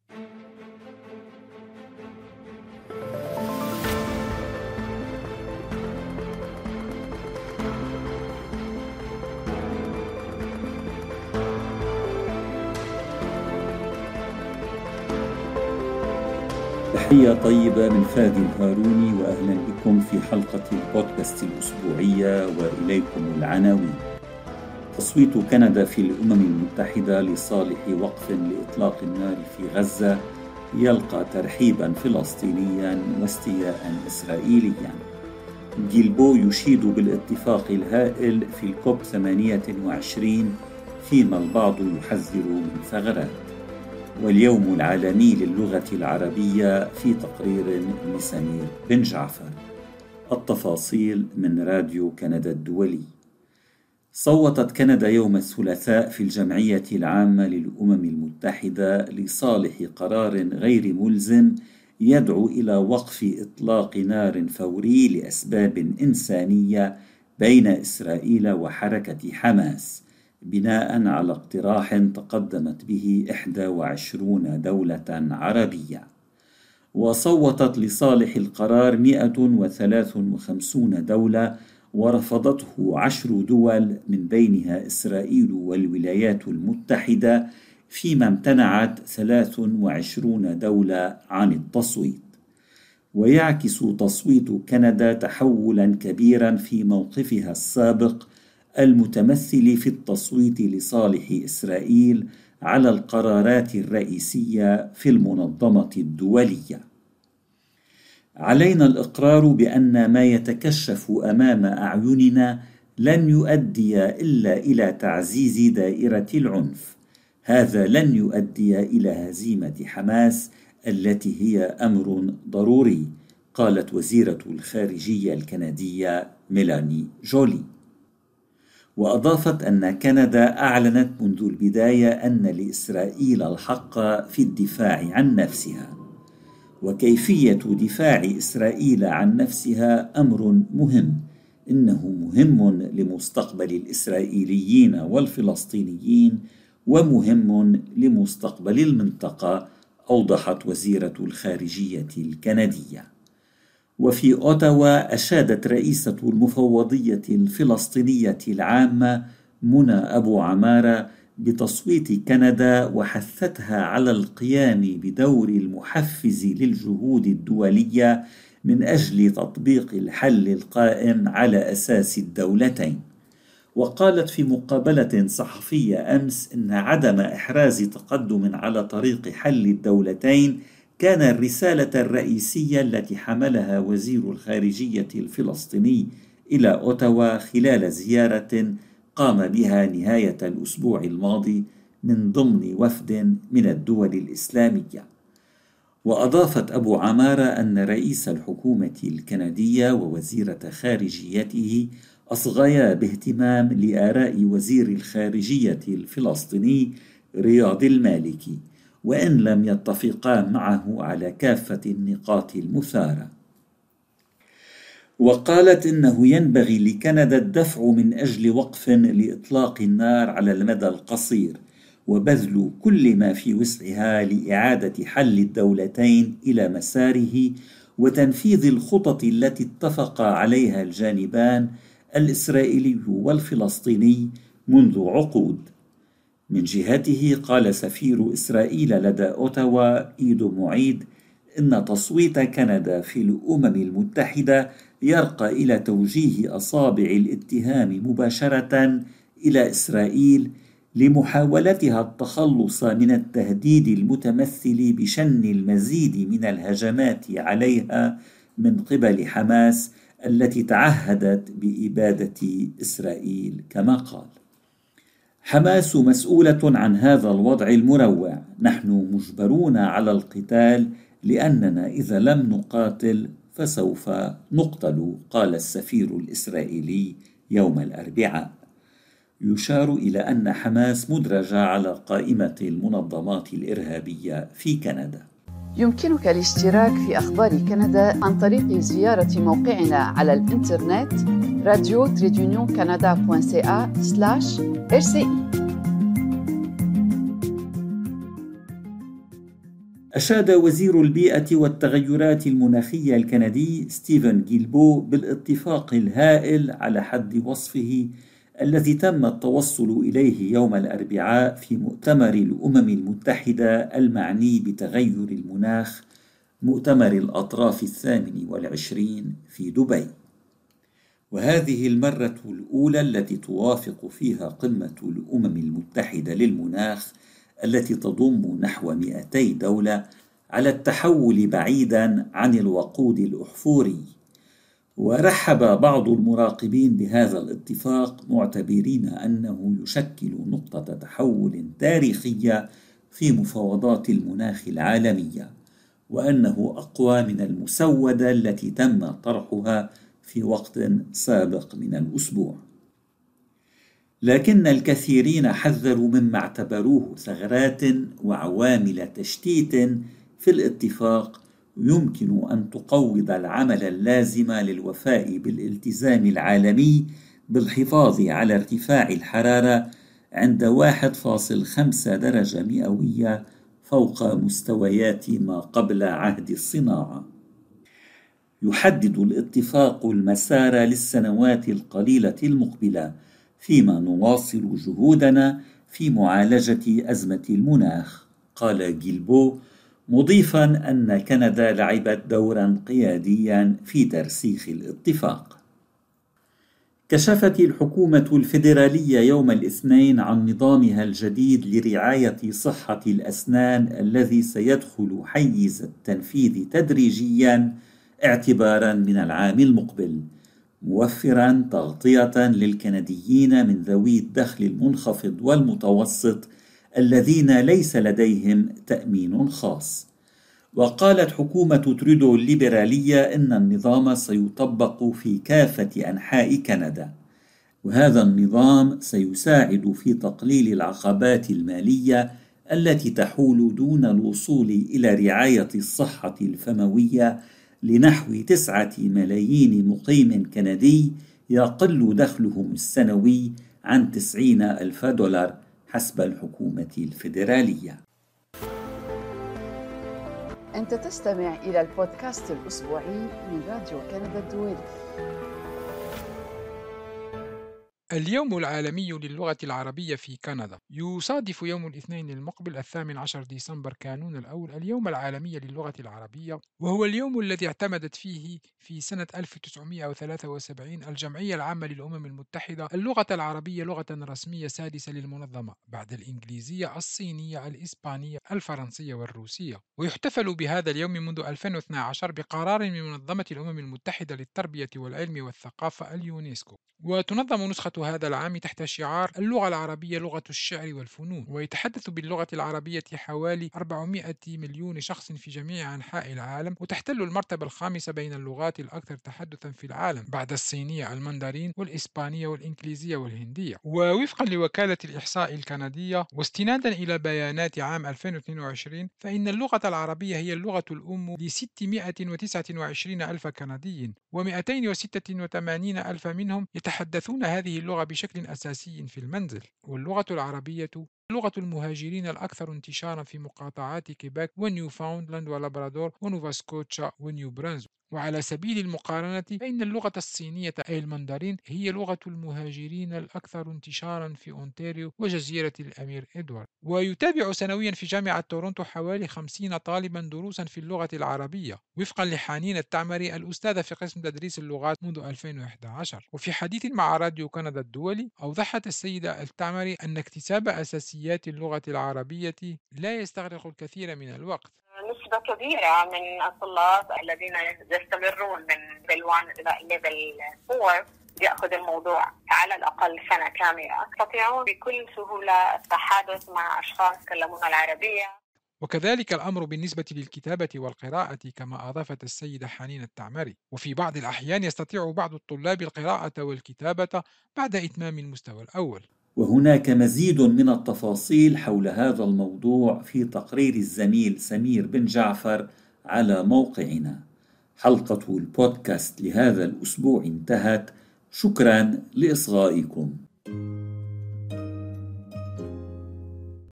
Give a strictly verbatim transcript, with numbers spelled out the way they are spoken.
تحية طيبة من فادي الهاروني، وأهلا بكم في حلقة البودكاست الأسبوعية وإليكم العناوين. تصويت كندا في الأمم المتحدة لصالح وقف لإطلاق النار في غزة يلقى ترحيبا فلسطينيا واستياء إسرائيليا. جيلبو يشيد بالاتفاق الهائل في الكوب ثمانية وعشرين فيما البعض يحذر من ثغرات. واليوم العالمي للغة العربية في تقرير لسمير بن جعفر. التفاصيل من راديو كندا الدولي. صوتت كندا يوم الثلاثاء في الجمعية العامة للأمم المتحدة لصالح قرار غير ملزم يدعو إلى وقف إطلاق نار فوري لأسباب إنسانية بين إسرائيل وحركة حماس، بناء على اقتراح تقدمت به إحدى وعشرين دولة عربية. وصوتت لصالح القرار مئة وثلاثة وخمسين دولة، ورفضته عشر دول من بينها إسرائيل والولايات المتحدة، فيما امتنعت ثلاث وعشرين دولة عن التصويت. ويعكس تصويت كندا تحولا كبيرا في موقفها السابق المتمثل في التصويت لصالح إسرائيل على القرارات الرئيسية في المنظمة الدولية. علينا الإقرار بأن ما يتكشف أمام أعيننا لن يؤدي إلا إلى تعزيز دائرة العنف. هذا لن يؤدي إلى هزيمة حماس التي هي أمر ضروري، قالت وزيرة الخارجية الكندية ميلاني جولي. وأضافت أن كندا أعلنت منذ البداية أن لإسرائيل الحق في الدفاع عن نفسها، وكيفية دفاع إسرائيل عن نفسها أمر مهم. إنه مهم لمستقبل الإسرائيليين والفلسطينيين، ومهم لمستقبل المنطقة، أوضحت وزيرة الخارجية الكندية. وفي أوتاوا أشادت رئيسة المفوضية الفلسطينية العامة منى أبو عمارة بتصويت كندا، وحثتها على القيام بدور المحفز للجهود الدولية من أجل تطبيق الحل القائم على أساس الدولتين. وقالت في مقابلة صحفية أمس إن عدم إحراز تقدم على طريق حل الدولتين كان الرسالة الرئيسية التي حملها وزير الخارجية الفلسطيني إلى أوتاوا خلال زيارة قام بها نهاية الأسبوع الماضي من ضمن وفد من الدول الإسلامية. وأضافت أبو عمارة أن رئيس الحكومة الكندية ووزيرة خارجيته أصغيا باهتمام لآراء وزير الخارجية الفلسطيني رياض المالكي، وإن لم يتفقا معه على كافة النقاط المثارة. وقالت إنه ينبغي لكندا الدفع من أجل وقف لإطلاق النار على المدى القصير، وبذل كل ما في وسعها لإعادة حل الدولتين إلى مساره وتنفيذ الخطط التي اتفق عليها الجانبان الإسرائيلي والفلسطيني منذ عقود. من جهته قال سفير إسرائيل لدى أوتاوا إيدو معيد إن تصويت كندا في الأمم المتحدة يرقى إلى توجيه أصابع الاتهام مباشرة إلى إسرائيل لمحاولتها التخلص من التهديد المتمثل بشن المزيد من الهجمات عليها من قبل حماس التي تعهدت بإبادة إسرائيل كما قال. حماس مسؤولة عن هذا الوضع المروع. نحن مجبرون على القتال لأننا إذا لم نقاتل فسوف نقتل، قال السفير الإسرائيلي يوم الأربعاء. يشار إلى أن حماس مدرجة على قائمة المنظمات الإرهابية في كندا. يمكنك الاشتراك في أخبار كندا عن طريق زيارة موقعنا على الإنترنت راديو تريدونيون كندا دوت سي إيه سلاش إر سي إي. أشاد وزير البيئة والتغيرات المناخية الكندي ستيفن جيلبو بالاتفاق الهائل على حد وصفه الذي تم التوصل إليه يوم الأربعاء في مؤتمر الأمم المتحدة المعني بتغير المناخ، مؤتمر الأطراف الثامن والعشرين في دبي. وهذه المرة الأولى التي توافق فيها قمة الأمم المتحدة للمناخ التي تضم نحو مئتي دولة على التحول بعيدا عن الوقود الأحفوري. ورحب بعض المراقبين بهذا الاتفاق معتبرين أنه يشكل نقطة تحول تاريخية في مفاوضات المناخ العالمية، وأنه أقوى من المسودة التي تم طرحها في وقت سابق من الأسبوع. لكن الكثيرين حذروا مما اعتبروه ثغرات وعوامل تشتيت في الاتفاق يمكن أن تقوض العمل اللازم للوفاء بالالتزام العالمي بالحفاظ على ارتفاع الحرارة عند واحد فاصل خمسة درجة مئوية فوق مستويات ما قبل عهد الصناعة. يحدد الاتفاق المسار للسنوات القليلة المقبلة، فيما نواصل جهودنا في معالجة أزمة المناخ، قال جيلبو، مضيفا أن كندا لعبت دورا قياديا في ترسيخ الاتفاق. كشفت الحكومة الفيدرالية يوم الاثنين عن نظامها الجديد لرعاية صحة الأسنان الذي سيدخل حيز التنفيذ تدريجيا اعتبارا من العام المقبل، موفرا تغطية للكنديين من ذوي الدخل المنخفض والمتوسط الذين ليس لديهم تأمين خاص. وقالت حكومة ترودو الليبرالية إن النظام سيطبق في كافة أنحاء كندا، وهذا النظام سيساعد في تقليل العقبات المالية التي تحول دون الوصول إلى رعاية الصحة الفموية لنحو تسعة ملايين مقيم كندي يقل دخلهم السنوي عن تسعين ألف دولار حسب الحكومة الفيدرالية. أنت تستمع إلى البودكاست الأسبوعي من راديو كندا الدولي. اليوم العالمي للغة العربية في كندا. يصادف يوم الاثنين المقبل الثامن عشر ديسمبر كانون الأول اليوم العالمي للغة العربية، وهو اليوم الذي اعتمدت فيه في سنة ألف وتسعمائة وثلاثة وسبعين الجمعية العامة للأمم المتحدة اللغة العربية لغة رسمية سادسة للمنظمة بعد الإنجليزية، الصينية، الإسبانية، الفرنسية والروسية. ويحتفل بهذا اليوم منذ ألفين واثني عشر بقرار من منظمة الأمم المتحدة للتربية والعلم والثقافة اليونسكو. وتنظم نسخة هذا العام تحت شعار اللغة العربية لغة الشعر والفنون، ويتحدث باللغة العربية حوالي أربعمائة مليون شخص في جميع أنحاء العالم، وتحتل المرتبة الخامسة بين اللغات الأكثر تحدثا في العالم بعد الصينية المندرين والإسبانية والإنجليزية والهندية. ووفقا لوكالة الإحصاء الكندية واستنادا إلى بيانات عام ألفين واثنين وعشرين، فإن اللغة العربية هي اللغة الأم لستمائة وتسعة وعشرين ألف كندي، ومئتين وستة وثمانين ألف منهم يتحدثون هذه اللغة بشكل أساسي في المنزل. واللغة العربية لغة المهاجرين الأكثر انتشارا في مقاطعات كيباك ونيوفاوندلاند ولابرادور ونوفا سكوتشا ونيو برانزويك. وعلى سبيل المقارنة فإن اللغة الصينية أي المندرين هي لغة المهاجرين الأكثر انتشارا في أونتاريو وجزيرة الأمير إدوارد. ويتابع سنويا في جامعة تورونتو حوالي خمسين طالبا دروسا في اللغة العربية وفقا لحنين التعمري الأستاذة في قسم تدريس اللغات منذ ألفين وإحدى عشر. وفي حديث مع راديو كندا الدولي أوضحت السيدة التعمري أن اكتساب أساسيات اللغة العربية لا يستغرق الكثير من الوقت. نسبة كبيرة من الطلاب الذين يستمرون من ليفل واحد إلى ليفل أربعة يأخذ الموضوع على الأقل سنة كاملة، يستطيعون بكل سهولة التحدث مع أشخاص يتكلمون العربية. وكذلك الأمر بالنسبة للكتابة والقراءة كما أضافت السيدة حنين التعمري. وفي بعض الأحيان يستطيع بعض الطلاب القراءة والكتابة بعد إتمام المستوى الأول. وهناك مزيد من التفاصيل حول هذا الموضوع في تقرير الزميل سمير بن جعفر على موقعنا. حلقة البودكاست لهذا الأسبوع انتهت. شكرا لإصغائكم.